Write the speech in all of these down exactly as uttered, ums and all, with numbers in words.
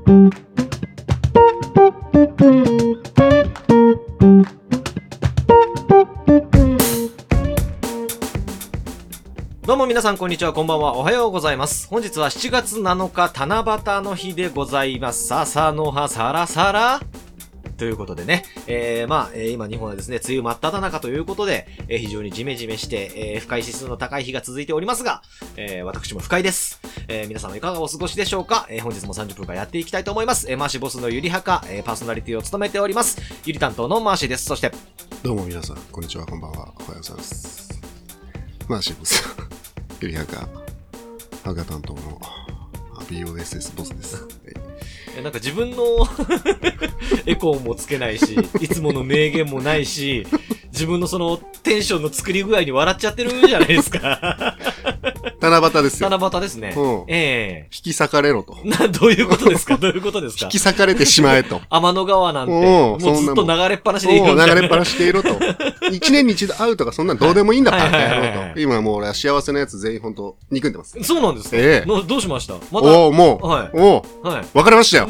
どうも皆さんこんにちは、こんばんは、おはようございます。本日はしちがつなのか七夕の日でございます。朝の葉サラサラということでね、えー、まあ、えー、今日本はですね、梅雨真っ只中ということで、えー、非常にジメジメして、えー、不快指数の高い日が続いておりますが、えー、私も不快です。えー、皆様いかがお過ごしでしょうか。えー、本日もさんじゅっぷん間やっていきたいと思います。えー、マーシーボスのゆりはか、えー、パーソナリティを務めております。ゆり担当のマーシーです。そして、 どうも皆さん、こんにちは、こんばんは、おはようございます。マーシーボス。ゆりはか、はか担当の ビーオーエスエス ボスです。 えなんか自分のエコーもつけないし、いつもの名言もないし、自分のそのテンションの作り具合に笑っちゃってるじゃないですか。 七夕ですよ。 七夕ですね。 うん、 ええー。 引き裂かれろと。 な、どういうことですかどういうことですか。 引き裂かれてしまえと。 天の川なんて、もうずっと流れっぱなしでいるんだ。 流れっぱなしでいろと。一年に一度会うとかそんなんどうでもいいんだ、バカ野郎と。今もう俺は幸せなやつ全員ほんと憎んでます。 そうなんですか。 ええー。どうしましたまた。 おー、もう。 はい。 おー。はい。わかりましたよ。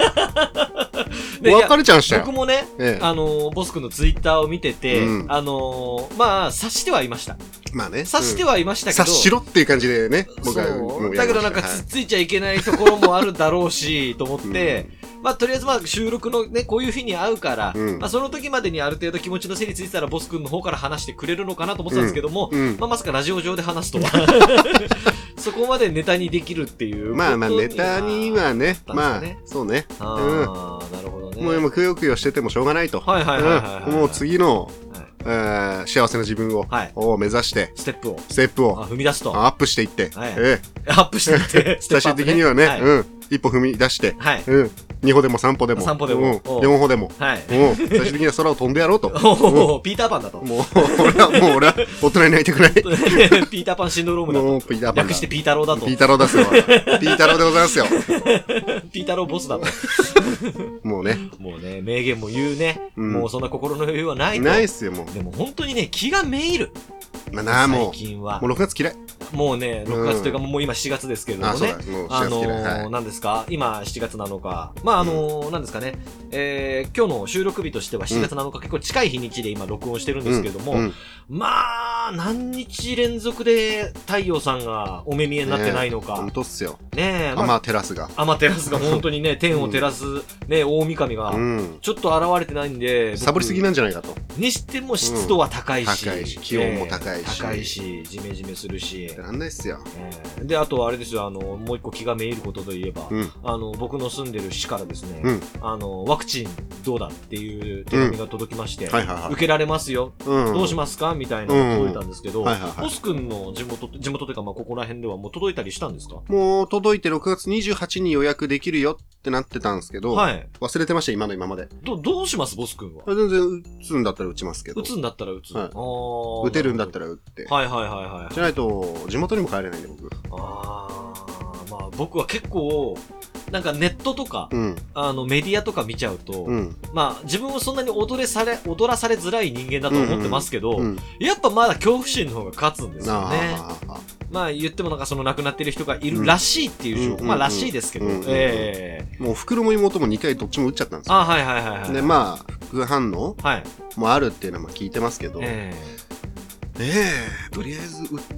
別れちゃいましたよ。 僕もね、ええ、あのー、ボス君のツイッターを見てて、うん、あのー、まあ、察してはいました。まあね。察してはいましたけど。 察しろっていう感じでね、僕はそう。だけどなんかつっついちゃいけないところもあるだろうし、と思って、うん、まあ、とりあえずまあ、収録のね、こういう日に会うから、うん、まあ、その時までにある程度気持ちの整理ついてたら、ボス君の方から話してくれるのかなと思ってたんですけども、うんうん、まあ、まさかラジオ上で話すとは。そこまでネタにできるっていう。 まあまあ、ネタにはね、まあ、そうね。 ああ、なるほどね。 もう今、くよくよしててもしょうがないと。 はいはいはいはい、 もう次の、えー、幸せな自分を、はい、を目指して、 ステップを、 ステップを、 踏み出すと。 アップしていって、 はい、ええ、アップしていって、 最終的にはね、はい、うん、一歩踏み出して、はい、うん、二歩でも三歩でも、 三歩でも、 うん、四歩でも、 はい、 うん、最終的には空を飛んでやろうと。 おお、ピーターパンだと。 もう、俺は、もう俺は、大人になりたくない。ピーターパンシンドロームだと。もう、ピーターパン。略してピータローだと。 ピータローですよ。ピータローでございますよ。 ピータローボスだと。 もうね。 もうね、名言も言うね。もうそんな心の余裕はないと。 ないっすよ、もう。 でも本当にね、気がめいる。 まあなあ、もう。 最近は。 もうろくがつ嫌い。 もうね、ろくがつというか、もう今しちがつですけれどもね。あのー、何ですか今しちがつなのか。まああのー、何ですかね。えー、今日の収録日としてはしちがつなのか、結構近い日にちで今録音してるんですけれども、まあ、何日連続で太陽さんがお目見えになってないのか。 本当っすよ。 ねえ。 アマテラスが。 アマテラスが本当にね、天を照らす、ね、大神が、ちょっと現れてないんで。 サボりすぎなんじゃないかと。 にしても湿度は高いし。 高いし、気温も高いし。 高いし、ジメジメするし。 やんないっすよ。 で、あとあれですよ、あの、もう一個気がめいることといえば、あの、僕の住んでる市からですね、あの、ワクチンどうだっていう手紙が届きまして、受けられますよ。どうしますかみたいなのが届いたんですけど、ボス君の地元、地元というか、まあ、ここら辺ではもう届いたりしたんですか？ もう届いてろくがつにじゅうはちにちに予約できるよってなってたんですけど、はい、忘れてました、今の今まで。 ど、どうしますボス君は？ 全然打つんだったら打ちますけど。 打つんだったら打つ。はい、 あ打てるんだったら打って。 はいはいはいはい。 じゃないと、地元にも帰れないんで、僕。 ああ、まあ僕は結構、なんかネットとか、うん、あのメディアとか見ちゃうと、うん、まあ自分もそんなに踊れされ、踊らされづらい人間だと思ってますけど、うんうんうん、やっぱまだ恐怖心の方が勝つんですよね。まあ言ってもなんかその亡くなってる人がいるらしいっていう情報、うん、まあらしいですけど、うんうんうん、ええー、もう袋も妹もにかいどっちも打っちゃったんですよ。 あ、はいはいはいはい。 で、まあ副反応もあるっていうのは聞いてますけど、ええー、えー、とりあえず打って、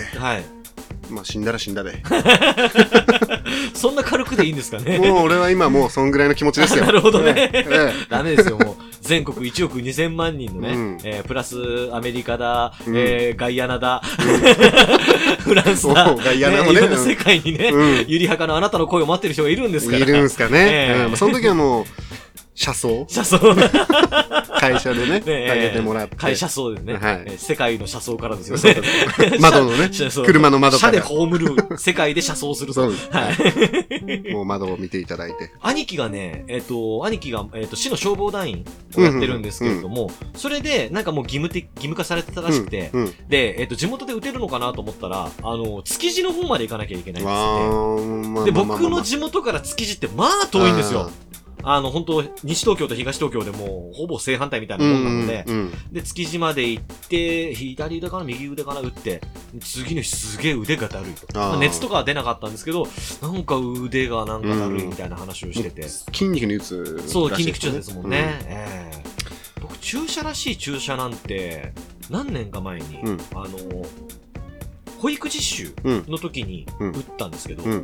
はい。まあ死んだら死んだで。 そんな軽くでいいんですかね。 もう俺は今もうそんぐらいの気持ちですよ。 なるほどね。ええ、ダメですよ、もう。全国いちおくにせんまんにんのね、うん、えー、プラスアメリカだ、うん、えー、ガイアナだ、うん、フランスだ、 ガイアナもね、 いろんな世界にね、うん、ゆりはかのあなたの声を待ってる人がいるんですから。 いるんですかね。えーうん、その時はもう、車窓車窓会社でね、あげてもらって。 会社窓ですね、はい、えー。世界の車窓からですよね。 窓のね、車の窓から。 車で葬る、世界で車窓するそうです。はい。もう窓を見ていただいて。 兄貴がね、えっ、ー、と、兄貴が、えっ、ー、と、市の消防団員をやってるんですけれども、うんうんうん、それで、なんかもう義務的、義務化されてたらしくて、うんうん、で、えっ、ー、と、地元で打てるのかなと思ったら、あの、築地の方まで行かなきゃいけないんですよね。で、僕の地元から築地って、まあ遠いんですよ。 あの、本当西東京と東東京でもう、ほぼ正反対みたいなもんなので、 うんうんうん、 で、築地まで行って、左腕かな、右腕かな、打って、次の日すげえ腕がだるいと。まあ、熱とかは出なかったんですけど、なんか腕がなんかだるいみたいな話をしてて。うん、 筋肉に打つ、ね。 そう、筋肉痛ですもんね。うん、えー、僕、注射らしい注射なんて、何年か前に、うん、あの、保育実習の時に打ったんですけど、うんうん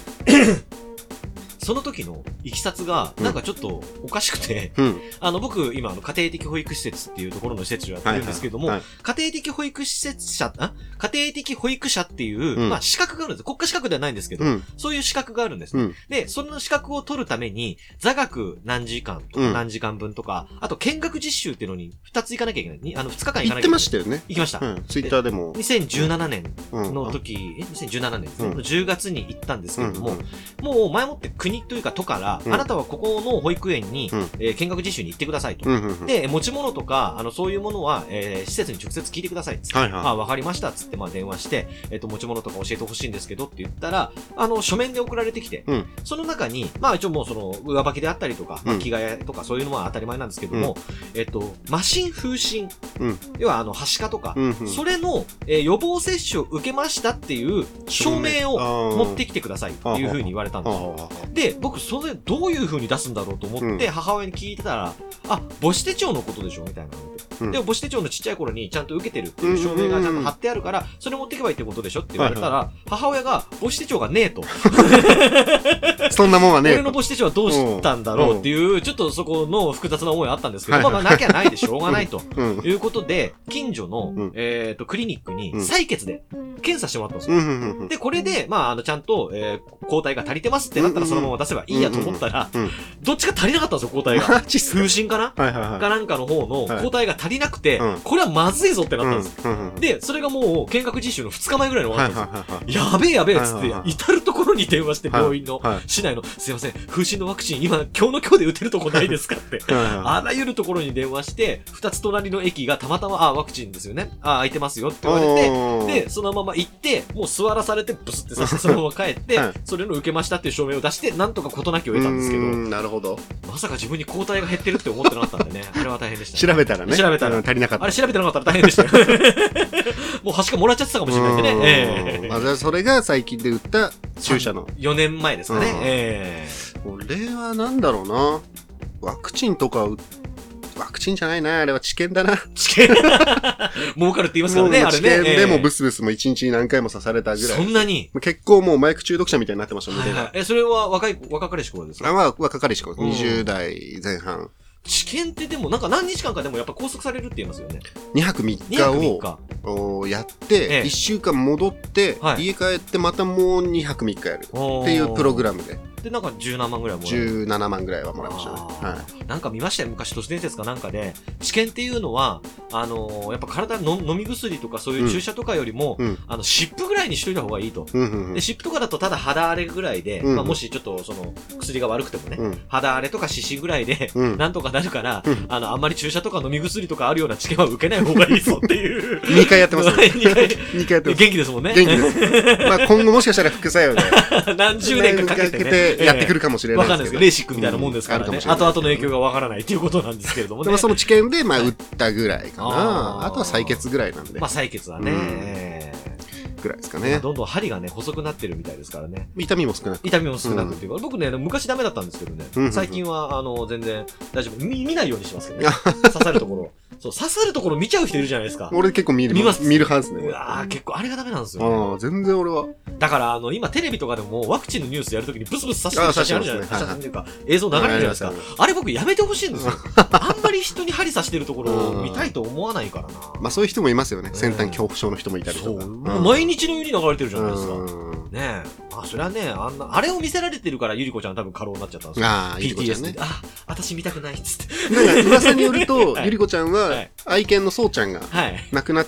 その時のいきさつが、なんかちょっとおかしくて、うん、あの、僕、今、あの、家庭的保育施設っていうところの施設をやってるんですけども、はいはいはい、家庭的保育施設者、あ家庭的保育者っていう、うん、まあ、資格があるんです。国家資格ではないんですけど、うん、そういう資格があるんですね、うん。で、その資格を取るために、座学何時間とか何時間分とか、あと見学実習っていうのにふたつ行かなきゃいけない。あの、ふつかかん行かなきゃいけない。 行ってましたよね。 行きました。 うん、ツイッターでも。 にせんじゅうななねんの時、うん、え、にせんじゅうななねんですね、うん。じゅうがつに行ったんですけれども、うんうん、もう前もって国というか都から、うん、あなたはここの保育園に、うんえー、見学実習に行ってくださいと。うんうんうん、で、持ち物とか、あの、そういうものは、えー、施設に直接聞いてくださいっつって。はいはい、あ、わかりましたっつって、まあ電話して、えっ、ー、と、持ち物とか教えてほしいんですけどって言ったら、あの、書面で送られてきて、うん、その中に、まあ一応もうその、上履きであったりとか、まあ、着替えとかそういうのは当たり前なんですけども、うん、えっ、ー、と、マシン風疹、うん、要はあの、はしかとか、うんうん、それの、えー、予防接種を受けましたっていう証明を持ってきてくださいっていう風に言われたんですよ。で、僕、それどういう風に出すんだろうと思って、母親に聞いてたら、あ、母子手帳のことでしょみたいなので。うん、でも母子手帳のちっちゃい頃にちゃんと受けてるっていう証明がちゃんと貼ってあるから、それ持ってけばいいってことでしょって言われたら、はいはい、母親が母子手帳がねえと。 そんなもんはねえ。 俺の母子手帳はどうしたんだろうっていう、ちょっとそこの複雑な思いはあったんですけど、はいはい、まあまあなきゃないでしょうがないと。いうことで、近所の、うん、えっと、クリニックに採血で検査してもらったんですよ。うんうんうん、で、これで、まあ、あの、ちゃんと、えー、抗体が足りてますってなったらそのまま出せばいいやと思ったら、うんうんうん、どっちか足りなかったんですよ、抗体が。風疹かな、はいはいはい、かなんかの方の抗体が足りなくて、はい、これはまずいぞってなったんです、うんうんうん。で、それがもう見学実習のふつかまえぐらいに終わったんですよ。はいはいはいはい、やべえやべえっつって、はいはいはい、至るところに電話して病院の、はいはい、市内の、すいません、風疹のワクチン今、今日の今日で打てるとこないですかって。はいはい、あらゆるところに電話して、二つ隣の駅がたまたま、あ、ワクチンですよね。あ、空いてますよって言われて、で、そのまま行って、もう座らされて、ブスってさせて、そのまま帰って、はい、それの受けましたっていう証明を出して、なんとか事なきを得たんですけど。 なるほど。 まさか自分に抗体が減ってるって思ってなかったんでね。あれは大変でした、ね。 調べたらね。 調べたら。 足りなかった。 あれ調べてなかったら大変でしたよ。もう端かもらっちゃってたかもしれないんでね。ええー。まあ、じゃあそれが最近で打った注射の。 よねんまえですかね。ええー。これはなんだろうな。ワクチンとか打って、ワクチンじゃないな、あれは治験だな。 治験儲かるって言いますからね、あれね。 治験でもブスブスも一日に何回も刺されたぐらい。 そんなに結構もうマイク中毒者みたいになってましたもんね。 はいはい、え、それは若い、若かりし頃ですか？ あ、まあ、若かりし頃。にじゅう代前半。 治験ってでもなんか何日間かでもやっぱ拘束されるって言いますよね。 にはくみっかをやって、ええ、いっしゅうかん戻って、はい、家帰ってまたもうにはくみっかやるっていうプログラムで。 で、なんか十何万ぐらいもらえる。 じゅうななまんぐらいはもらいましたね。はい。 なんか見ましたよ、昔都市伝説かなんかで、治験っていうのは、あのー、やっぱ体の飲み薬とかそういう注射とかよりも、うん、あの、湿布ぐらいにしといた方がいいと。うんうんうん、で、湿布とかだとただ肌荒れぐらいで、うん、まあもしちょっとその、薬が悪くてもね、うん、肌荒れとか湿疹ぐらいで、うん、なんとかなるから、うん、あの、あんまり注射とか飲み薬とかあるような治験は受けない方がいいぞっていう。 にかいやってますね。 にかい。 にかいやってます。 元気ですもんね。 元気です。まあ今後もしかしたら副作用で。 何十年かかけて、ね、 やってくるかもしれない。 わかんないですけど、レーシックみたいなもんですからね。後々の影響がわからないということなんですけれどもね。 でもその治験で、まあ、打ったぐらいかな。あとは採血ぐらいなんで。 まあ、採血はね。 ぐらいですかね。 どんどん針がね、細くなってるみたいですからね。 痛みも少なく。 痛みも少なくっていうか、僕ね、昔ダメだったんですけどね。最近は、あの、全然大丈夫。見、見ないようにしますけどね。刺さるところ。そう、刺さるところ見ちゃう人いるじゃないですか。 俺結構見る。見ます。見る派ですね。 うわー、結構あれがダメなんですよ、ね。 ああ、全然俺は。 だから、あの、今テレビとかでもワクチンのニュースやるときにブスブス刺してる写真あるじゃないですか。写真っていうか、映像流れるじゃないですか。あれ僕やめてほしいんですよ。あんまり人に針刺してるところを見たいと思わないからな。 まあそういう人もいますよね。先端恐怖症の人もいたりとか。そう。 毎日のように流れてるじゃないですか。ねえ。まあそれはね、あんな、あれを見せられてるからゆりこちゃん多分過労になっちゃったんですよ。ああ、ピーティーエス で。あ、私見たくないっつって。 なんか噂によると、ゆりこちゃんは愛犬のそうちゃんが亡くなって、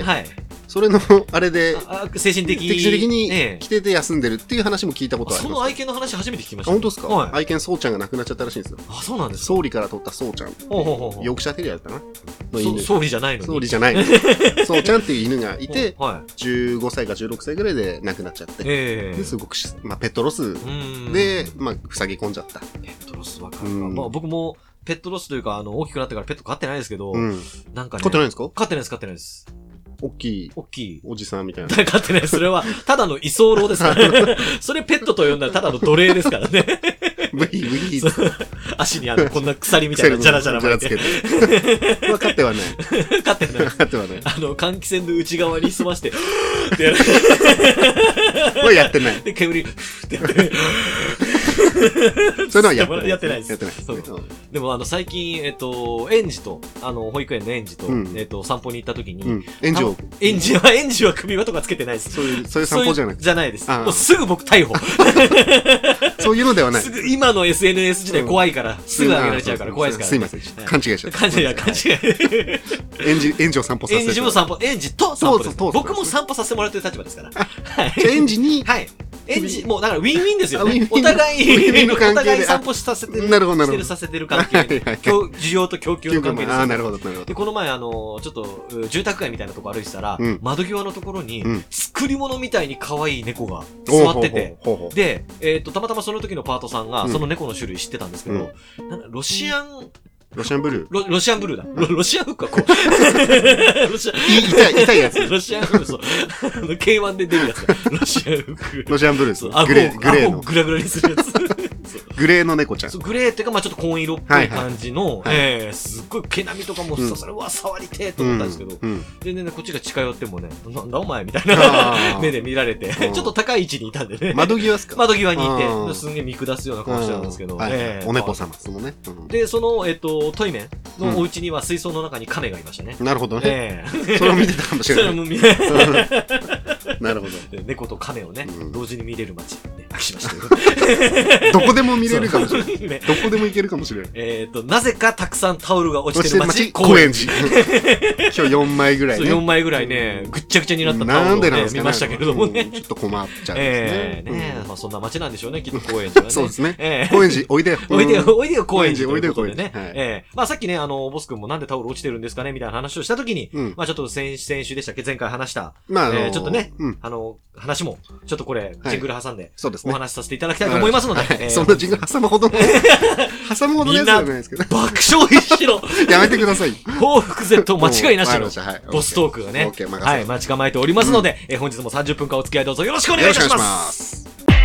はい。それの、あれで、 精神的に。精神的に来てて休んでるっていう話も聞いたことあります。 その愛犬の話初めて聞きました。 本当ですか？はい。愛犬そうちゃんが亡くなっちゃったらしいんですよ。 あ、そうなんですか？ 総理から取ったそうちゃん。ほうほうほう。ヨークシャーテリアだったな。 総理じゃないのに。 総理じゃないのに。そうちゃんっていう犬がいて、じゅうごさいかじゅうろくさいぐらいで亡くなっちゃって。ですごく、まあ、ペットロスで、まあ、塞ぎ込んじゃった。 ペットロロスわかるわ。まあ僕も、ペットロスというか、あの、大きくなってからペット飼ってないですけど、なんかね。 飼ってないんですか？ 飼ってないです、飼ってないです。 大きい。 大きい。 おじさんみたいな。 飼ってない。それは、ただの居候ですからね。それペットと呼んだらただの奴隷ですからね。 無理、無理。 足にあの、こんな鎖みたいなジャラジャラ巻いて。 まあ、飼ってはない。 飼ってない。 飼ってはない。 あの、換気扇の内側に潜まして、ってやる。 はやってない。 で、煙、ってやって。 そういうのはやってない。 やってないです。 やってない。 そう。でも、あの、最近、えっと、園児と、あの、保育園の園児と、えっと、散歩に行った時に、 園児を。 園児は、園児は首輪とかつけてないです。 そういう、そういう散歩じゃなくじゃないです。もうすぐ僕逮捕。 そういうのではない。 すぐ、今の エスエヌエス 時代怖いから、すぐ上げられちゃうから怖いですから。 すいません。勘違いしちゃった。 勘違い、勘違い。 園児、園児を散歩させて。 園児も散歩、園児と散歩です。僕も散歩させてもらってる立場ですから。 はい。じゃあ園児に、 はい。園児、もうだからウィンウィンですよね。お互い、お互い散歩させてる。 なるほど、なるほど。させてる関係。需要と供給の関係です。 ああ、なるほど、なるほど。 で、この前、あの、ちょっと、住宅街みたいなとこ歩いてたら、窓際のところに、作り物みたいに可愛い猫が座ってて、で、えっと、たまたまその時のパートさんが、その猫の種類知ってたんですけど、ロシアン、 ロシアンブルーロロシアンブルーだ。ロロシアンフックはこう。ロシアン、 痛い、痛いやつ。 ロシアンフック、そう。ケーワン で出るやつだ。ロシアンフック。 ロシアンブルーです。 グレー、グレーの。グラグラにするやつ。 グレーの猫ちゃん。 グレーっていうか、まあちょっと紺色っぽい感じの、ええ、すっごい毛並みとかもさ、それは触りてえと思ったんですけど、全然ね、こっちが近寄ってもね、なんだお前みたいな目で見られて、ちょっと高い位置にいたんでね。 窓際ですか？ 窓際にいて、すんげえ見下すような顔してたんですけど、 お猫様ですもんね。 で、その、えっと、トイメンのお家には水槽の中に亀がいましたね。 なるほどね。それを見てたかもしれない。それも見なるほど。 猫と亀をね、同時に見れる街、飽しましたどこでも見れるかもしれない。どこでも行けるかもしれない。 えっと、なぜかたくさんタオルが落ちてる街、 高円寺。今日よんまいぐらいね。 よんまいぐらいね、ぐっちゃぐちゃになったタオルをね、見ましたけれどもね。 ちょっと困っちゃうんですね。 ええ、ねまあそんな街なんでしょうね、きっと高円寺はね。 そうですね。高円寺、おいでよ。 おいでよ、おいでよ、高円寺。 おいでよ、高円寺。ね。ええ、まあさっきね、あの、ボス君もなんでタオル落ちてるんですかねみたいな話をしたときに、まあちょっと先先週でしたっけ、前回話した、まあちょっとね、あの、話も、ちょっとこれ、ジングル挟んで、お話しさせていただきたいと思いますので。 そんなジングル挟むほどの、挟むほどのやつじゃないですけど。 爆笑必至の。 やめてください。 報復絶倒間違いなしの、ボストークがね、はい、待ち構えておりますので、本日もさんじゅっぷんかんお付き合いどうぞよろしくお願いいたします。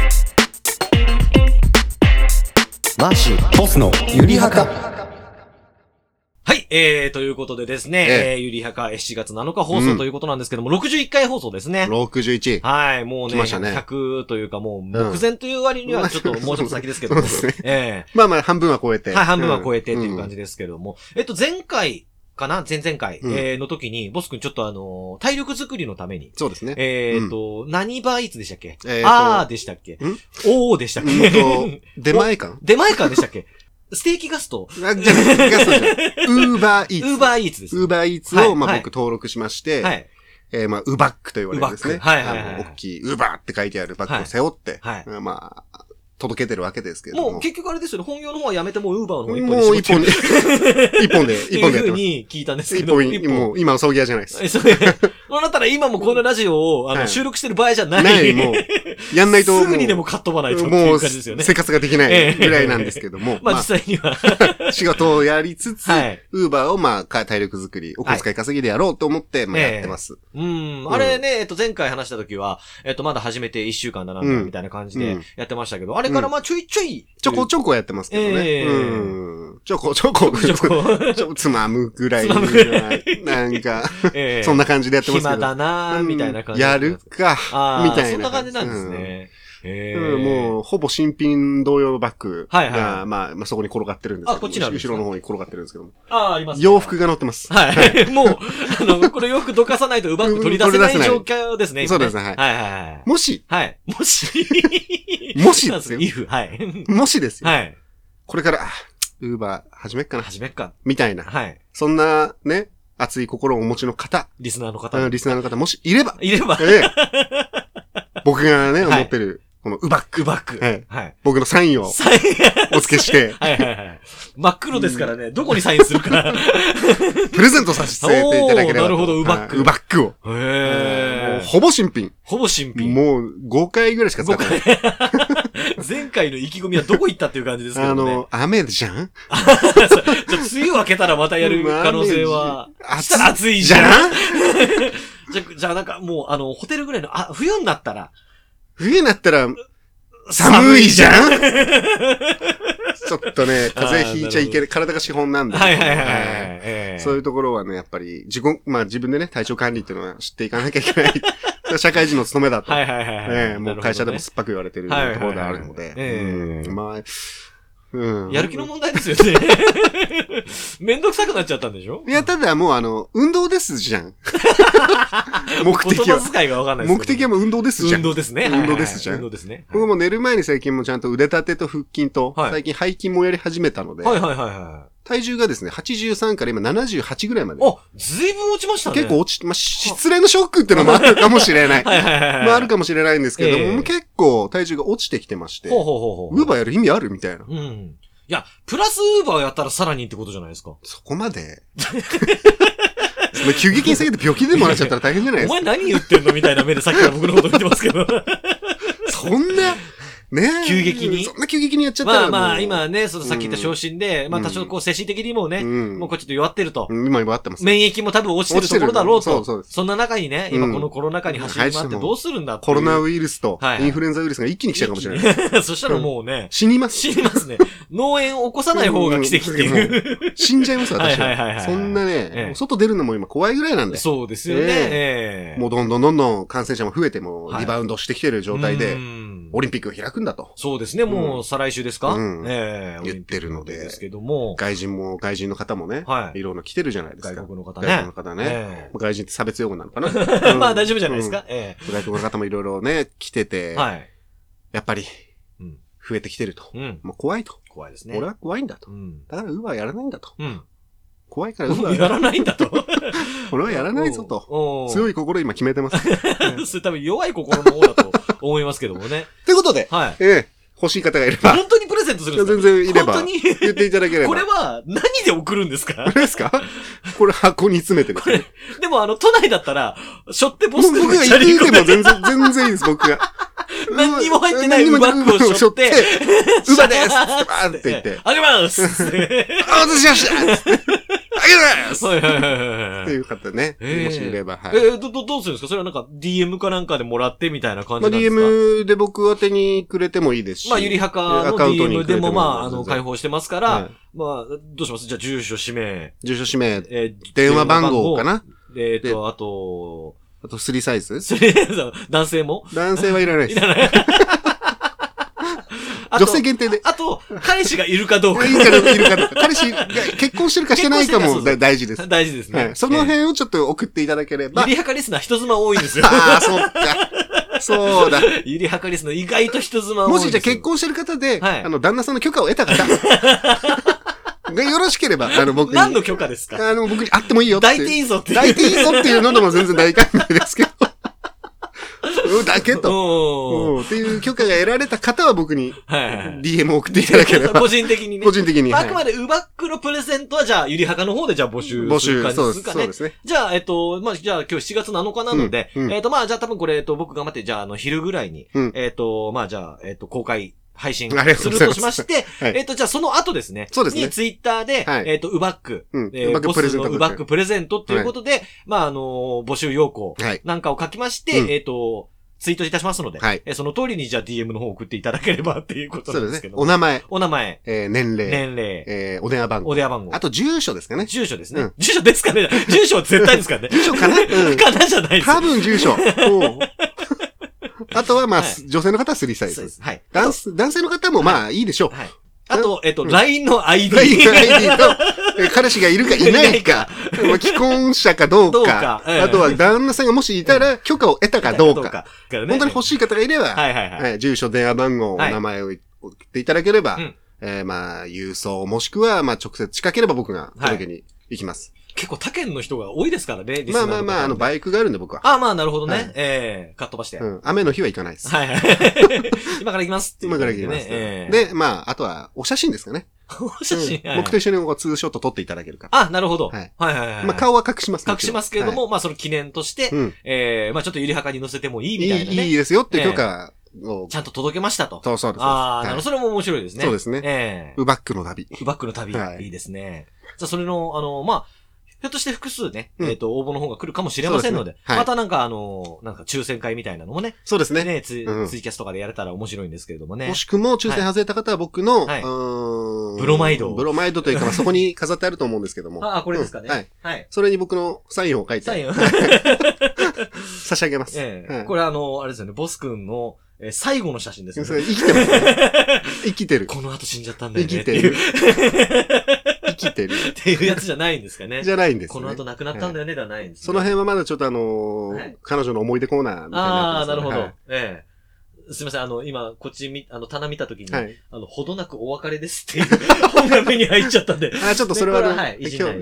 マーシー、ボスのゆりはか。 はい、えー、ということでですね、ええー、ゆりはかしちがつなのか放送ということなんですけども、うん、ろくじゅういっかい放送ですね。 ろくじゅういち。 はい、もうね、ねひゃくというかもう、目前という割にはちょっと、もうちょっと先ですけども。 そうですね。ええー。まあまあ、半分は超えて。 はい、半分は超えてっていう感じですけども。うん、えっと、前回、かな前々回、うん、えー、の時に、ボス君ちょっとあのー、体力作りのために。 そうですね。 えーと、うん、何バーイーツでしたっけ、えー、あーでしたっけんおーでしたっけ、 うんと、出前館出前館でしたっけステーキガストあ、じゃない、ガストじゃない。ウーバーイーツ。 ウーバーイーツです。 ウーバーイーツを、まあ僕登録しまして、はい。えー、まあ、ウバックと言われるんですね。 はいはいはい。 大きい、ウーバーって書いてあるバッグを背負って、はい。まあ、届けてるわけですけども。 もう結局あれですよね。本業の方はやめてもうウーバーの方一本で。もう一本で。一本で、一本で。 っていうふうに聞いたんですけど。 一本、もう今は葬儀屋じゃないです。 そうだったら今もこのラジオをあの収録してる場合じゃない。 ない、もう。やんないと。 すぐにでもカットばないとっていう感じですよね。 生活ができないぐらいなんですけども。 まあ実際には。 仕事をやりつつ、ウーバーをまあ体力作り、お小遣い稼ぎでやろうと思って、まあやってます。 うん。あれね、えっと前回話した時は、えっとまだ始めていっしゅうかんだなんだみたいな感じでやってましたけど、あれからまあちょいちょいちょこちょこやってますけどね。えー、うん。ちょこちょこ、ちょこ、ちょつまむぐらいな、なんか、えー、そんな感じでやってますけど。 暇だなーみたいな感じ、 うん。やるか、みたいな。 そんな感じなんですね。 うんえー、もう、ほぼ新品同様のバッグが、はいはい、まあ、まあ、そこに転がってるんですけど。 あ、こっちなんですか？ 後ろの方に転がってるんですけども。 ああ、あります、ね。 洋服が載ってます。 はい。はい、もう、あの、これ洋服どかさないとウバッグ取り出せない状況ですね。 そうですね。はい。 はいはいはい。 もし。 はい。もし。 もしですよ。 if、はい。 もしですよ。 はい。 これから、ウーバー始めっかな。 始めっか。 みたいな。 はい。 そんな、ね、熱い心をお持ちの方。 リスナーの方。 リスナーの方、もしいれば。 いれば。 ええ。僕がね、思ってる。このウバック。 ウバック。 はい。はい。僕のサインを。サインお付けして。 はいはいはい。真っ黒ですからね、どこにサインするか。 プレゼントさせていただければ。 なるほど、ウバック。 ウバックを。 へー。ほぼ新品。 ほぼ新品。 もうごかいぐらいしか使ってない。 前回の意気込みはどこ行ったっていう感じですけどね。 あの、雨じゃんじゃ梅雨明けたらまたやる可能性は。したら暑いじゃんじゃ、じゃあなんかもう、あの、ホテルぐらいの、あ、冬になったら。 冬になったら、寒いじゃんちょっとね、風邪ひいちゃいけない。体が資本なんで。 はいはいはい、えー。 そういうところはね、やっぱり、自己、まあ自分でね、体調管理っていうのは知っていかなきゃいけない。社会人の務めだと。 はいはいはい、はいね。もう会社でも酸っぱく言われてるところがあるので。まあ、 うん。やる気の問題ですよね。めんどくさくなっちゃったんでしょ？ いや、ただもうあの、運動ですじゃん。目的は。 言葉遣いがわかんないです。 目的はもう運動ですじゃん。 運動ですね。 運動ですじゃん。 運動ですね。 僕も寝る前に最近もちゃんと腕立てと腹筋と、最近背筋もやり始めたので。 はいはいはいはい。 体重がですね、はちじゅうさんから今ななじゅうはちぐらいまで。 あ、ずいぶん落ちましたね。 結構落ち、まあ、失恋のショックっていうのもあるかもしれない。はいはいはい。まああるかもしれないんですけども、えー、結構体重が落ちてきてまして。ほうほうほうほう。ウーバーやる意味あるみたいな。うん。 いや、プラスウーバーやったらさらにってことじゃないですか。 そこまで。急激に下げて病気でもらっちゃったら大変じゃないですか。 お前何言ってんのみたいな目でさっきから僕のこと見てますけど。 そんな、ね急激に。 そんな急激にやっちゃったら。 まあまあ、今ね、そのさっき言った昇進で、うん、まあ多少こう精神的にもね、うん、もうこっちと弱ってると。 うん、今弱ってます。 免疫も多分落ちてるところだろうと。そうそうです。そんな中にね、今このコロナ禍に走り回ってどうするんだって、 コロナウイルスとインフルエンザウイルスが一気に来ちゃうかもしれない。 そしたらもうね、 死にます。 死にますね。脳炎を起こさない方が奇跡っていう。 死んじゃいます、私は。そんなね、外出るのも今怖いぐらいなんで。 そうですよね。 もうどんどんどんどん感染者も増えてもリバウンドしてきてる状態で、オリンピックを開くんだと。 そうですね、もう再来週ですか、うんえー、言ってるので。 ですけども。 外人も、外人の方もね、はい、いろいろ来てるじゃないですか。 外国の方ね。 外国の方ね。えー、外人って差別用語なのかな、 うん、まあ大丈夫じゃないですか。うんえー、外国の方もいろいろね、来てて、はい、やっぱり、増えてきてると。うん、もう怖いと。 怖いですね。 俺は怖いんだと。うん、だからウーバーやらないんだと。うん怖いからウーバーやらないんだと。 俺はやらないぞと。強い心今決めてます。 それ多分弱い心の方だと思いますけどもね。 ということで、はい、ええ欲しい方がいれば。 本当にプレゼントするんですか？ 全然いれば。本当に言っていただければ。 これは何で送るんですか？ これですか？これ箱に詰めてる。 これ、でもあの、都内だったら、しょってポスト僕が言っていても全然、全然いいです、僕が。 何にも入ってないバッグをしょって、 ウバですバーンって言って。 あげますあ、私しましたあげますはいはいはいはい。っていう方ね。もしいれば、はい。 え、ど、ど、どうするんですか？それはなんか ディーエム かなんかでもらってみたいな感じなんですか？ まあ ディーエム で僕宛てにくれてもいいですし。 まあゆりはかの ディーエム でもまあ、あの、開放してますから、まあ、どうします？じゃあ住所、氏名。 住所、氏名。え、電話番号かな？ えっと、あと、 あとスリーサイズ？ スリーサイズ、男性も？ 男性はいらないです。いらない。女性限定で。 あと、彼氏がいるかどうか。 いるかどうか、いるかどうか。彼氏が結婚してるかしてないかも大事です。 大事ですね。 その辺をちょっと送っていただければ。 ゆりはかリスナー人妻多いんですよ。 ああ、そうか。そうだ。 ゆりはかリスナー意外と人妻多い。 もしじゃあ結婚してる方で、あの、旦那さんの許可を得た方。がよろしければ、あの、僕に。 何の許可ですか？ あの、僕に会ってもいいよって。 抱いていいぞっていう。 抱いていいぞっていうのでも全然大歓迎ですけど。だけと。っていう許可が得られた方は僕に ディーエム を送っていただければ。 個人的にね。 個人的に。 あくまでウバックのプレゼントはじゃあ、ゆりはかの方でじゃあ募集する感じですかね。そうですね。じゃあ、えっと、まあ、じゃあ今日しちがつなのかなので、えっと、まあ、じゃあ多分これ、えっと、僕頑張って、じゃあ、あの、昼ぐらいに、えっと、まあ、じゃあ、えっと、公開。配信するとしまして、えっと、じゃあその後ですね。 そうですね。 にツイッターで、えっと、ウバック。 ウバックプレゼント。 ウバックプレゼントっていうことで、まあ、あの、募集要項なんかを書きまして、えっと、ツイートいたしますので、その通りにじゃあ ディーエム の方を送っていただければっていうことなんですけど。 お名前。 お名前。 年齢。 年齢。 えお電話番号。 お電話番号。 あと住所ですかね。 住所ですね。住所ですかね。住所は絶対ですからね。 住所かなかなじゃないです。 多分住所。あとは、まあ、女性の方はスリーサイズです。はい。男性の方も、まあ、いいでしょう。はい。 あと、えっと、ライン の アイディー。 ライン の アイディー と、彼氏がいるかいないか、既婚者かどうか、あとは旦那さんがもしいたら許可を得たかどうか、本当に欲しい方がいれば、住所、電話番号、お名前を送っていただければ、まあ、郵送もしくは、まあ、直接近ければ僕が届けに行きます。 結構他県の人が多いですからね。 まあまあまあ、あの、バイクがあるんで僕は。 ああ、まあなるほどね。ええ、かっ飛ばして。 うん。雨の日は行かないです。 はいはい。今から行きます今から行きます。で、まあ、あとは、お写真ですかね。 お写真僕と一緒にツーショット撮っていただけるから。 あ、なるほど。はい。はいはいはい。 まあ、顔は隠します。 隠しますけれども、まあ、その記念として、ええ、まあ、ちょっとゆりはかに載せてもいいみたいなね。 いいですよって許可を。 ちゃんと届けましたと。 そうそうです。 ああ、なるほど。それも面白いですね。 そうですね。 ええ。 ウバックの旅。 ウバックの旅。はい。いいですね。じゃあ、それの、あの、まあ、ひょっとして複数ね、えっと、応募の方が来るかもしれませんので、またなんかあの、なんか抽選会みたいなのもね。 そうですね。 ね、ツイキャスとかでやれたら面白いんですけれどもね。 もしくも抽選外れた方は僕の、 ブロマイド。 ブロマイドというか、そこに飾ってあると思うんですけども。 ああ、これですかね。はい。 はい。それに僕のサインを書いて。サインを差し上げます。 ええ。これあの、あれですよね、ボス君の、えー、最後の写真ですよね。 生きてますね。生きてる。 この後死んじゃったんだよね。 生きてる。生きてる。 っていうやつじゃないんですかね。 じゃないんですね。 この後亡くなったんだよね、ではないんですね。 その辺はまだちょっとあのーはい、彼女の思い出コーナーみたいな、ね。 ああ、なるほど。はい、ええ。すみません、あの、今、こっちみ、あの、棚見たときに、はい、あの、ほどなくお別れですっていう本が目に入っちゃったんで。 あ、ちょっとそれは、ね、ははい、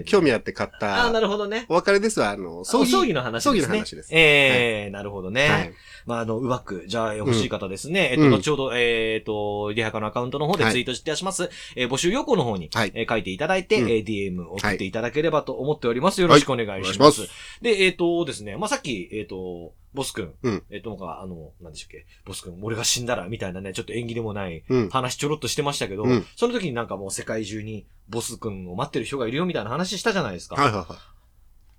興味あって買った。 あ、なるほどね。 お別れですは、あの、 葬儀、葬儀の話ですね。葬儀の話です。 ええーはい、なるほどね。はい、まあ、あの、うばく、じゃあ、欲しい方ですね。うん、えっと、後ほど、えー、っと、リハカのアカウントの方でツイートしてします。はい、えー、募集要項の方に、はい、えー、書いていただいて、うん、えー、ディーエム 送っていただければと思っております。よろしくお願いします。はい、で、えー、っとですね、まあ、さっき、えー、っと、ボス君、うん、えっと、なんか、あの、なんでしたっけ、ボス君、俺が死んだら、みたいなね、ちょっと縁起でもない話ちょろっとしてましたけど、うん、その時になんかもう世界中にボス君を待ってる人がいるよみたいな話したじゃないですか。 はいはいはい。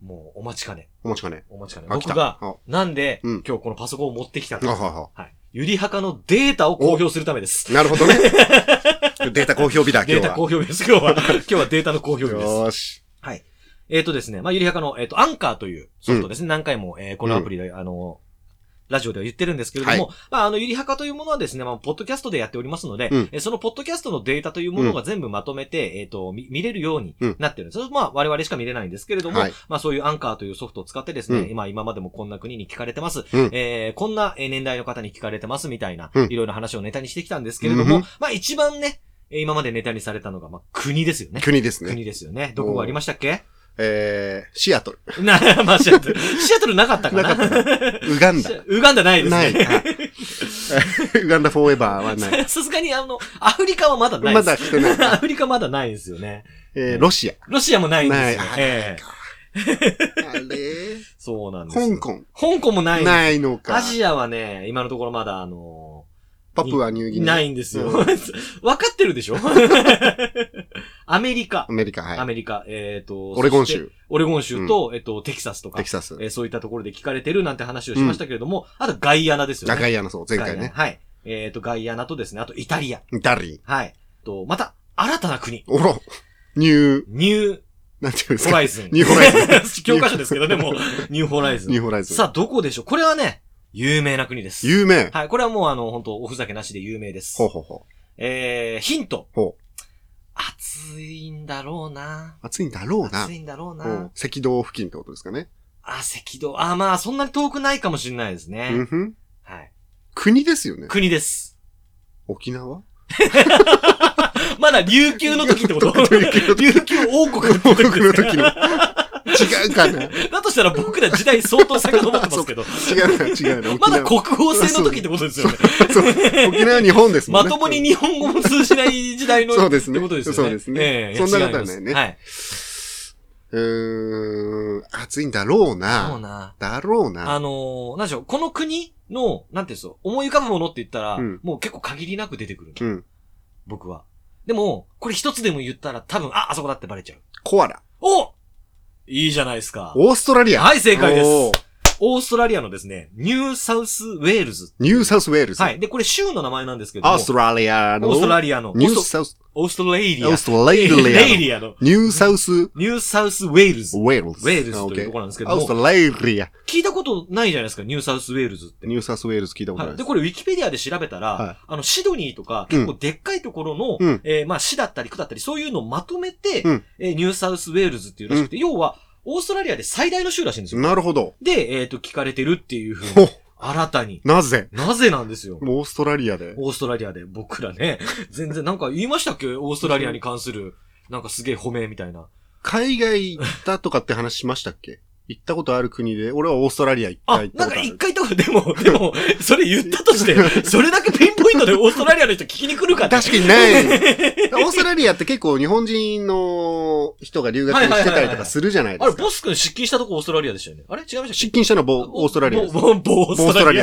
もうお待ちかね。 お待ちかね。 お待ちかね。僕が、なんで、うん、今日このパソコンを持ってきたか。はい。ゆりはかのデータを公表するためです。 なるほどね。データ公表日だ、今日は。 データ公表日です、今日は。今日はデータの公表日です。 よーし。 はい。えっ、ー、とですね、まあ、ゆりはかの、えっ、ー、と、アンカーというソフトですね。うん、何回も、えー、このアプリで、うん、あの、ラジオでは言ってるんですけれども、はい、まあ、あの、ゆりはかというものはですね、まあ、ポッドキャストでやっておりますので、うん、えそのポッドキャストのデータというものが全部まとめて、うん、えっ、ー、と、見れるようになってるんです。うん、まあ、我々しか見れないんですけれども、はい、まあ、そういうアンカーというソフトを使ってですね、うん、今、今までもこんな国に聞かれてます、うん、えー、こんな年代の方に聞かれてますみたいな、うん、いろいろ話をネタにしてきたんですけれども、うん、まあ、一番ね、今までネタにされたのが、まあ、国ですよね。 国ですね。 国ですよね。どこがありましたっけ？ えー、シアトル。 な、まあ、シアトル。シアトルなかったかな。 なかった。ウガンダ。 ウガンダないですね。 ない。ウガンダフォーエバーはない。 さすがにあの、アフリカはまだないです。まだ来てない。 アフリカまだないですよね。 えー、ロシア。 ロシアもないんですよ。 ない。えー、あれそうなんです。 香港。 香港もないんです。 ないのか。 アジアはね、今のところまだあのー、パプアニューギニア。 ないんですよ。分かってるでしょアメリカ。 アメリカ、はい。 アメリカ。えっ、ー、と、 オレゴン州。 オレゴン州と、うん、えっと、テキサスとか。 テキサス。 えー。そういったところで聞かれてるなんて話をしましたけれども、うん、あとガイアナですよね。 ガイアナ、そう、前回ね。 はい。えっ、ー、と、ガイアナとですね、あとイタリア。 イタリア。はい。と、また、新たな国。 おろ。ニュー。 ニュー。 なんていうんですか。 ホライズン。 ニューホライズン。 教科書ですけどね、もう、ニューホライズン。 ニューホライズン。 さあ、どこでしょう？これはね、有名な国です。 有名？ はい。これはもうあの、本当おふざけなしで有名です。 ほうほうほう。 えー、ヒント。 ほう。 暑いんだろうな。 暑いんだろうな。 暑いんだろうな。 赤道付近ってことですかね。 あ、赤道。あ、まあ、そんなに遠くないかもしれないですね。 うんふん。 はい。 国ですよね。 国です。 沖縄まだ琉球の時ってこと琉球王国の時の時の。違うかな。 だとしたら僕ら時代相当遡ってますけど。 違うな、違うな。 まだ国王制の時ってことですよね。 そう。沖縄は日本ですもんね。 まともに日本語も通じない時代の。 そうですね。 ってことですよね。 そうですね。ええ。そんなことはないね。はい。うーん、暑いんだろうな。 そうな。 だろうな。 あのー、なんでしょう、この国の、なんていうんですか、思い浮かぶものって言ったら、うん、もう結構限りなく出てくる。うん。僕は。でも、これ一つでも言ったら多分、あ、あそこだってバレちゃう。 コアラ。 おいいじゃないですか。 オーストラリア。 はい、正解です。オーストラリアのですね、ニューサウスウェールズ。 ニューサウスウェールズ。 はい。で、これ州の名前なんですけども。 オーストラリアの。 オーストラリアの。 ニューサウス。 オーストラリア。 オーストラリアの。ニューサウス。 ニューサウスウェールズ。 ウェールズ。 ウェールズというところなんですけども。 オーストラリア。 聞いたことないじゃないですか、ニューサウスウェールズって。 ニューサウスウェールズ聞いたことない。 で、これウィキペディアで調べたら、あの、シドニーとか、結構でっかいところの、えまあ、市だったり区だったり、そういうのをまとめて、えニューサウスウェールズっていうらしくて、要は、オーストラリアで最大の州らしいんですよ。 なるほど。 で、えっと、聞かれてるっていうふうに。新たに。 なぜなぜなんですよ。 オーストラリアで。 オーストラリアで。僕らね、全然なんか言いましたっけ？オーストラリアに関する、なんかすげえ褒めみたいな。 海外だとかって話しましたっけ？行ったことある国で、俺はオーストラリア一回行ったことある。 あ、なんか一回行ったこと、でも、でも、それ言ったとして、それだけピンポイントでオーストラリアの人聞きに来るかって。 確かにない。オーストラリアって結構日本人の人が留学してたりとかするじゃないですか。 あれ、ボス君失禁したとこオーストラリアでしたよね。あれ違いました？ 失禁したのはボ、オーストラリアです。 ボ、ボ、ボ、オーストラリアです。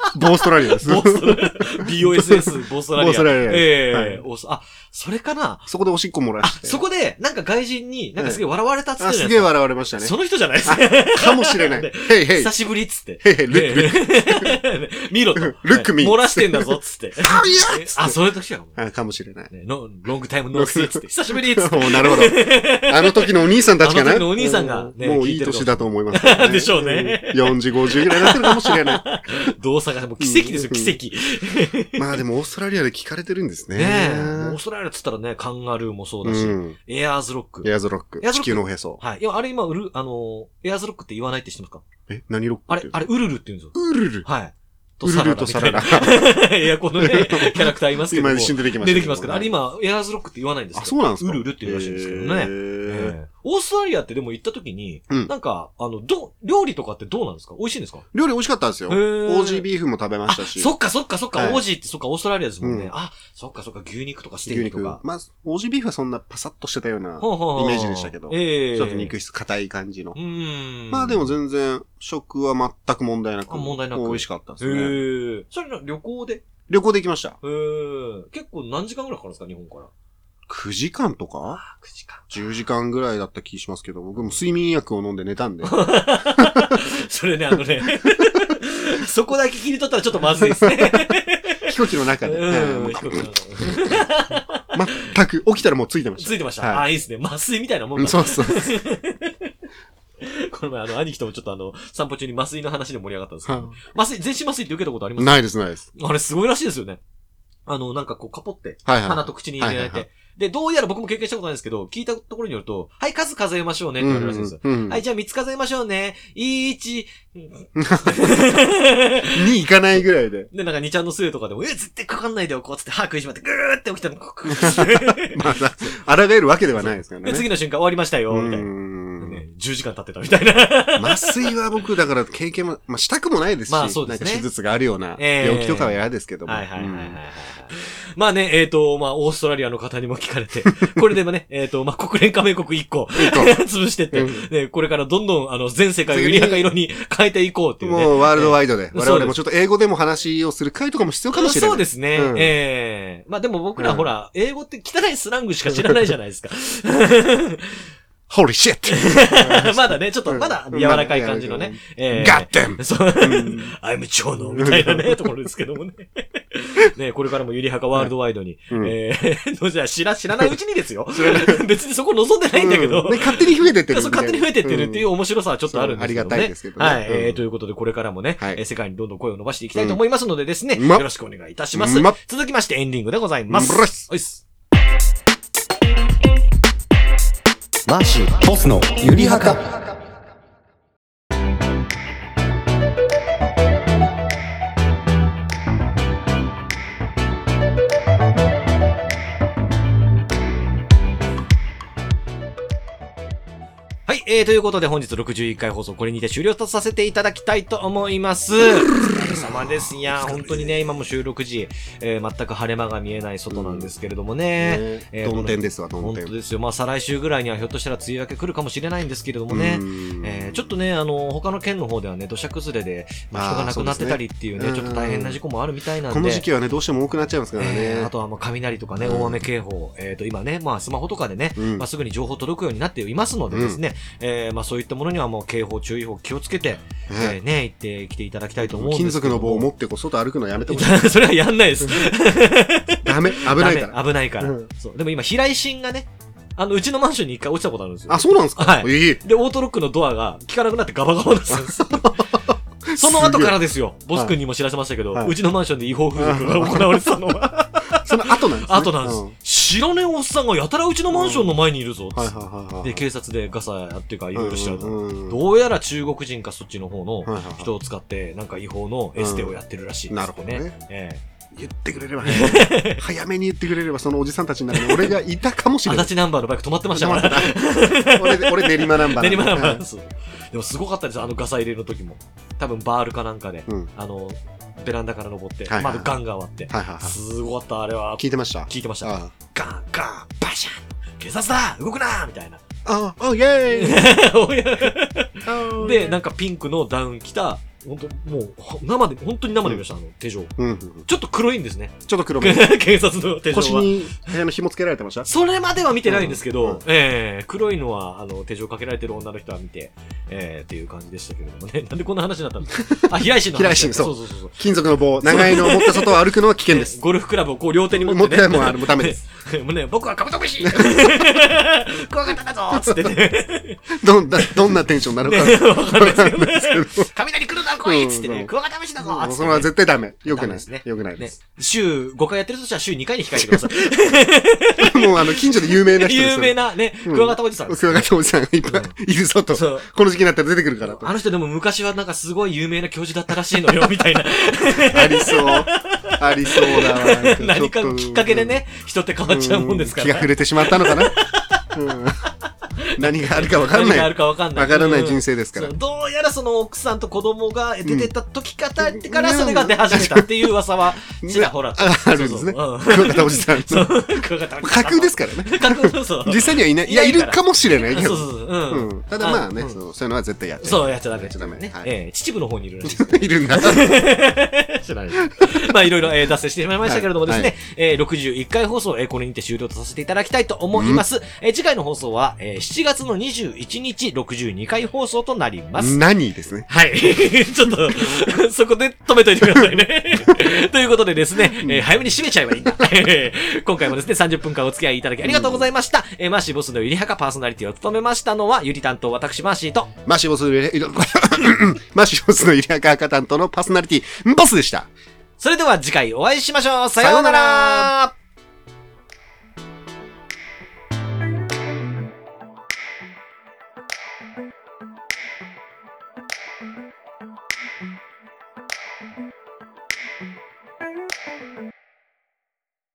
ボーストラリアです。 ボーストラリア。ビーオーエスエス、ボーストラリア。 ボーストラリア。 ええーはい、あ、それかなそこでおしっこ漏らして。 そこで、なんか外人に、なんかすげえ笑われたっつってたじゃないですか。 すげえ笑われましたね。 その人じゃないですか。 かもしれない。へいへい。 久しぶりっつって。 へいへい、ルック、ルック。 見ろと。 ルックミー。 漏らしてんだぞっつって。 あ、いやあ、そういう時はもう。かもしれない。 ロングタイムノースーっつって。久しぶりっつって。 なるほど。あの時のお兄さんたちかな。 あの時のお兄さんが。 もういい年だと思います。 でしょうね。 よんじゅう、ごじゅうぐらいになってるかもしれない。 動作がもう奇跡ですよ、奇跡。 まあでもオーストラリアで聞かれてるんですね。 ねえ。オーストラリアっつったらね、カンガルーもそうだし、エアーズロック。 エアーズロック。地球のおへそ。 はい。いや、あれ今、うる、あの、エアーズロックって言わないって知ってますか？ え、何ロックあれ、あれ、ウルルって言うんですよ。 ウルル。 はい。 ウルルとサラダ。 エアコンのね、キャラクターいますけども。 今一瞬出てきました。 出てきますけど、あれ今、エアーズロックって言わないんですよ。 あ、そうなんですか？ ウルルって言うらしいんですけどね。オーストラリアってでも行った時に、なんか、あの、ど、料理とかってどうなんですか？美味しいんですか？ 料理美味しかったんですよ。オージービーフも食べましたし。 そっかそっかそっか、オージーってそっか、オーストラリアですもんね。あ、そっかそっか、牛肉とかステーキとか。 まあ、オージービーフはそんなパサッとしてたようなイメージでしたけど。ちょっと肉質硬い感じの。まあでも全然、食は全く問題なく。 問題なく。 美味しかったですね。 へそれ旅行で旅行で行きました。 へー。結構何時間ぐらいかかるんですか、日本から。 くじかんとかあ、くじかん。 じゅうじかんぐらいだった気しますけど、僕も睡眠薬を飲んで寝たんで。 それね、あのね、そこだけ切り取ったらちょっとまずいですね。 飛行機の中で。 うん、飛行機の中で。 全く、起きたらもうついてました。 ついてました。はい、あ、いいですね。麻酔みたいなもんだ。 そうそう。 この前、あの、兄貴ともちょっとあの、散歩中に麻酔の話で盛り上がったんですけど、麻酔、全身麻酔って受けたことありますか？ ないです、ないです。 あれすごいらしいですよね。あの、なんかこう、カポって、鼻と口に入れられて、で、どうやら僕も経験したことないんですけど、聞いたところによると、はい、数数えましょうねって言われるらしいんですよ。うんうん、はい、じゃあみっつ数えましょうね。いち、 にいかないぐらいで。 で、なんかにちゃんの末とかでも、え、絶対かかんないでおこうつって歯食いしまって、ぐーって起きたの。 まあ、抗えるわけではないですからね。 で、次の瞬間終わりましたよ、みたいな。ね、じゅうじかん経ってたみたいな。 麻酔は僕、だから経験も、まあ、したくもないですし、まあそうですね、なんか手術があるような病気とかは嫌ですけども。 はいはいはいはい。まあね、えっと、まあ、オーストラリアの方にも聞かれて、これでもね、えっと、まあ、国連加盟国いっこ、潰してって、ね、これからどんどん、あの、全世界をゆりはか色に変えていこうっていうね。 もう、ワールドワイドで。我々もちょっと英語でも話をする回とかも必要かもしれない。 そうですね。ええ。まあでも僕らほら、英語って汚いスラングしか知らないじゃないですか。 Holy shit! まだね、ちょっとまだ柔らかい感じのね。 Got them! そう。I'm 長野みたいなね、ところですけどもね。ね、これからもゆりはかワールドワイドに。えー、じゃあ知ら、知らないうちにですよ。別にそこ望んでないんだけど。 勝手に増えてってる。 そう、勝手に増えてってるっていう面白さはちょっとあるんですけどね。 ありがたいですけどね。 はい。えー、ということでこれからもね、世界にどんどん声を伸ばしていきたいと思いますのでですね。よろしくお願いいたします。続きましてエンディングでございます。おいっす。 マーシーボスのゆりはか。 はい、えー、ということで本日ろくじゅういっかい放送これにて終了とさせていただきたいと思います。お疲れ様です。いや、本当にね、今も収録時、えー、全く晴れ間が見えない外なんですけれどもね。うんねえー、曇天ですわ、曇天。 本当ですよ。まあ、再来週ぐらいにはひょっとしたら梅雨明け来るかもしれないんですけれどもね。えー、ちょっとね、あの、他の県の方ではね、土砂崩れで、まあ、人が亡くなってたりっていうね、うねちょっと大変な事故もあるみたいなんで。 この時期はね、どうしても多くなっちゃいますからね。 えー、あとはもう雷とかね、大雨警報、えっと、今ね、まあ、スマホとかでね、うん、まあ、すぐに情報届くようになっていますのでですね、うん、えー、まあ、そういったものにはもう警報注意報気をつけて、えー、ね、行ってきていただきたいと思うんですけど。 金属の棒を持ってこう外歩くのやめてほしい。 それはやんないです。 ダメ、危ないから。 危ないから。うん、そう。でも今、避雷針がね、あの、うちのマンションに一回落ちたことあるんですよ。 あ、そうなんですか？ はい。 えー、で、オートロックのドアが効かなくなってガバガバなんですよ。その後からですよ。ボス君にも知らせましたけど、はい、うちのマンションで違法風俗が行われてたのは。 その後なんですね。 後なんです。うん、知らねえおっさんがやたらうちのマンションの前にいるぞ。で、警察でガサやっていうかいろいろしちゃうと。どうやら中国人かそっちの方の人を使って、なんか違法のエステをやってるらしいです、ね。 なるほどね。 ええ言ってくれればね。早めに言ってくれれば、そのおじさんたちの中に俺がいたかもしれない。 足立ナンバーのバイク止まってましたから。 俺、俺練馬ナンバー。 練馬ナンバーです。でもすごかったです、あのガサ入れの時も。多分バールかなんかで、うん、あの、ベランダから登って、はいはい、窓ガンガン割って、はいはいはい、すごかった、あれは。 聞いてました聞いてました。ガンガン、バシャン警察だ動くなみたいな。 あ、おイェーイで、なんかピンクのダウン着た本当もう、生で、本当に生で見ました、あの、手錠。 うんうん。 ちょっと黒いんですね。 ちょっと黒め。 警察の手錠は。 腰に部屋の紐つけられてました？ それまでは見てないんですけど、 うんうん、 ええー、黒いのは、あの、手錠かけられてる女の人は見て、ええー、っていう感じでしたけれどもね。なんでこんな話になったんですか？あ、平井心の話。 平井心、そう。 そうそうそう。 金属の棒、長いのを持った外を歩くのは危険です。 ゴルフクラブをこう両手に持って、ね。 持ってもあれもダメです。 もうね、僕はカブトムシ怖かっただぞつってね。 どんな、どんなテンションになるか。ね、わかんないですけど。 雷来るぞ来いつってね、クワガタムシだぞつって、ね。 それは絶対ダメ。よくないですね。よくないです。 週ごかいやってるとしたら週にかいに控えてください。 もうあの、近所で有名な人ですよ。 有名なね、クワガタおじさん。 クワガタおじさんがいっぱいいるぞと。この時期になったら出てくるからと。 あの人でも昔はなんかすごい有名な教授だったらしいのよ、みたいな。 ありそう。ありそうだわ。 何かきっかけでね、人って変わっちゃうもんですからね。 気が触れてしまったのかな。何があるか分かんない。 何があるか分かんない。 分からない人生ですから。 どうやらその奥さんと子供が出てった時方ってからそれが出始めたっていう噂はちらほら。 あるんですね。クワガタおじさん。架空ですからね。 架空そう。 実際にはいない。いや、いるかもしれないけど。 そうそうそう。 ただまあね、そういうのは絶対やっちゃそう、やっちゃダメ。やっちゃダメね。ええ、秩父の方にいるらしいです。 いるんだ。 知らない。まあいろいろ脱線してしまいましたけれどもですね、ろくじゅういっかい放送、これにて終了とさせていただきたいと思います。次回の放送はしちがつのにじゅういちにちろくじゅうにかい放送となります。 何ですね。 はい。ちょっと、そこで止めといてくださいね。ということでですね、えー、早めに締めちゃえばいいんだ。今回もですね、さんじゅっぷんかんお付き合いいただきありがとうございました。えー、マーシーボスのゆりはかパーソナリティを務めましたのは、ゆり担当私マーシーと、 マーシーボスのゆり、マーシーボスのゆりはか赤担当のパーソナリティ、ボスでした。 それでは次回お会いしましょう。さようなら。